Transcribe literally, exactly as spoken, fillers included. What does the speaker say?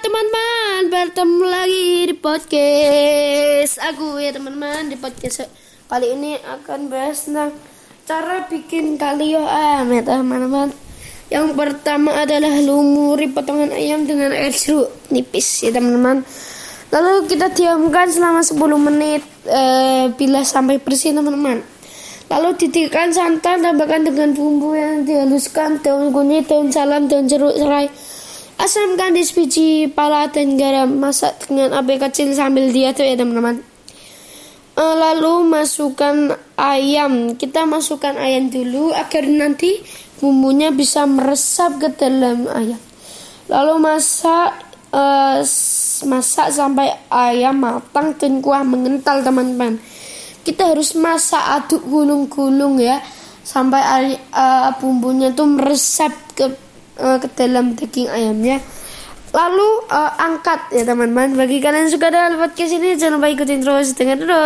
teman-teman, bertemu lagi di podcast aku ya teman-teman. Di podcast kali ini akan bahas tentang cara bikin kalio ayam ya teman-teman. Yang pertama adalah lumuri potongan ayam dengan air jeruk nipis ya teman-teman. Lalu kita diamkan selama sepuluh menit eh, bila sampai bersih teman-teman. Lalu titikkan santan, tambahkan dengan bumbu yang dihaluskan, daun kunyit, daun salam, daun jeruk serai, asam, kandis, biji pala, dan garam. Masak dengan api kecil sambil diaduk ya teman-teman. Lalu masukkan ayam. Kita masukkan ayam dulu agar nanti bumbunya bisa meresap ke dalam ayam. Lalu masak uh, masak sampai ayam matang dan kuah mengental teman-teman. Kita harus masak aduk gulung-gulung ya sampai uh, bumbunya tuh meresap ke uh, ke dalam daging ayamnya. Lalu uh, angkat ya teman-teman. Bagi kalian yang suka dengan podcast ini, jangan lupa ikutin terus, dengar terus.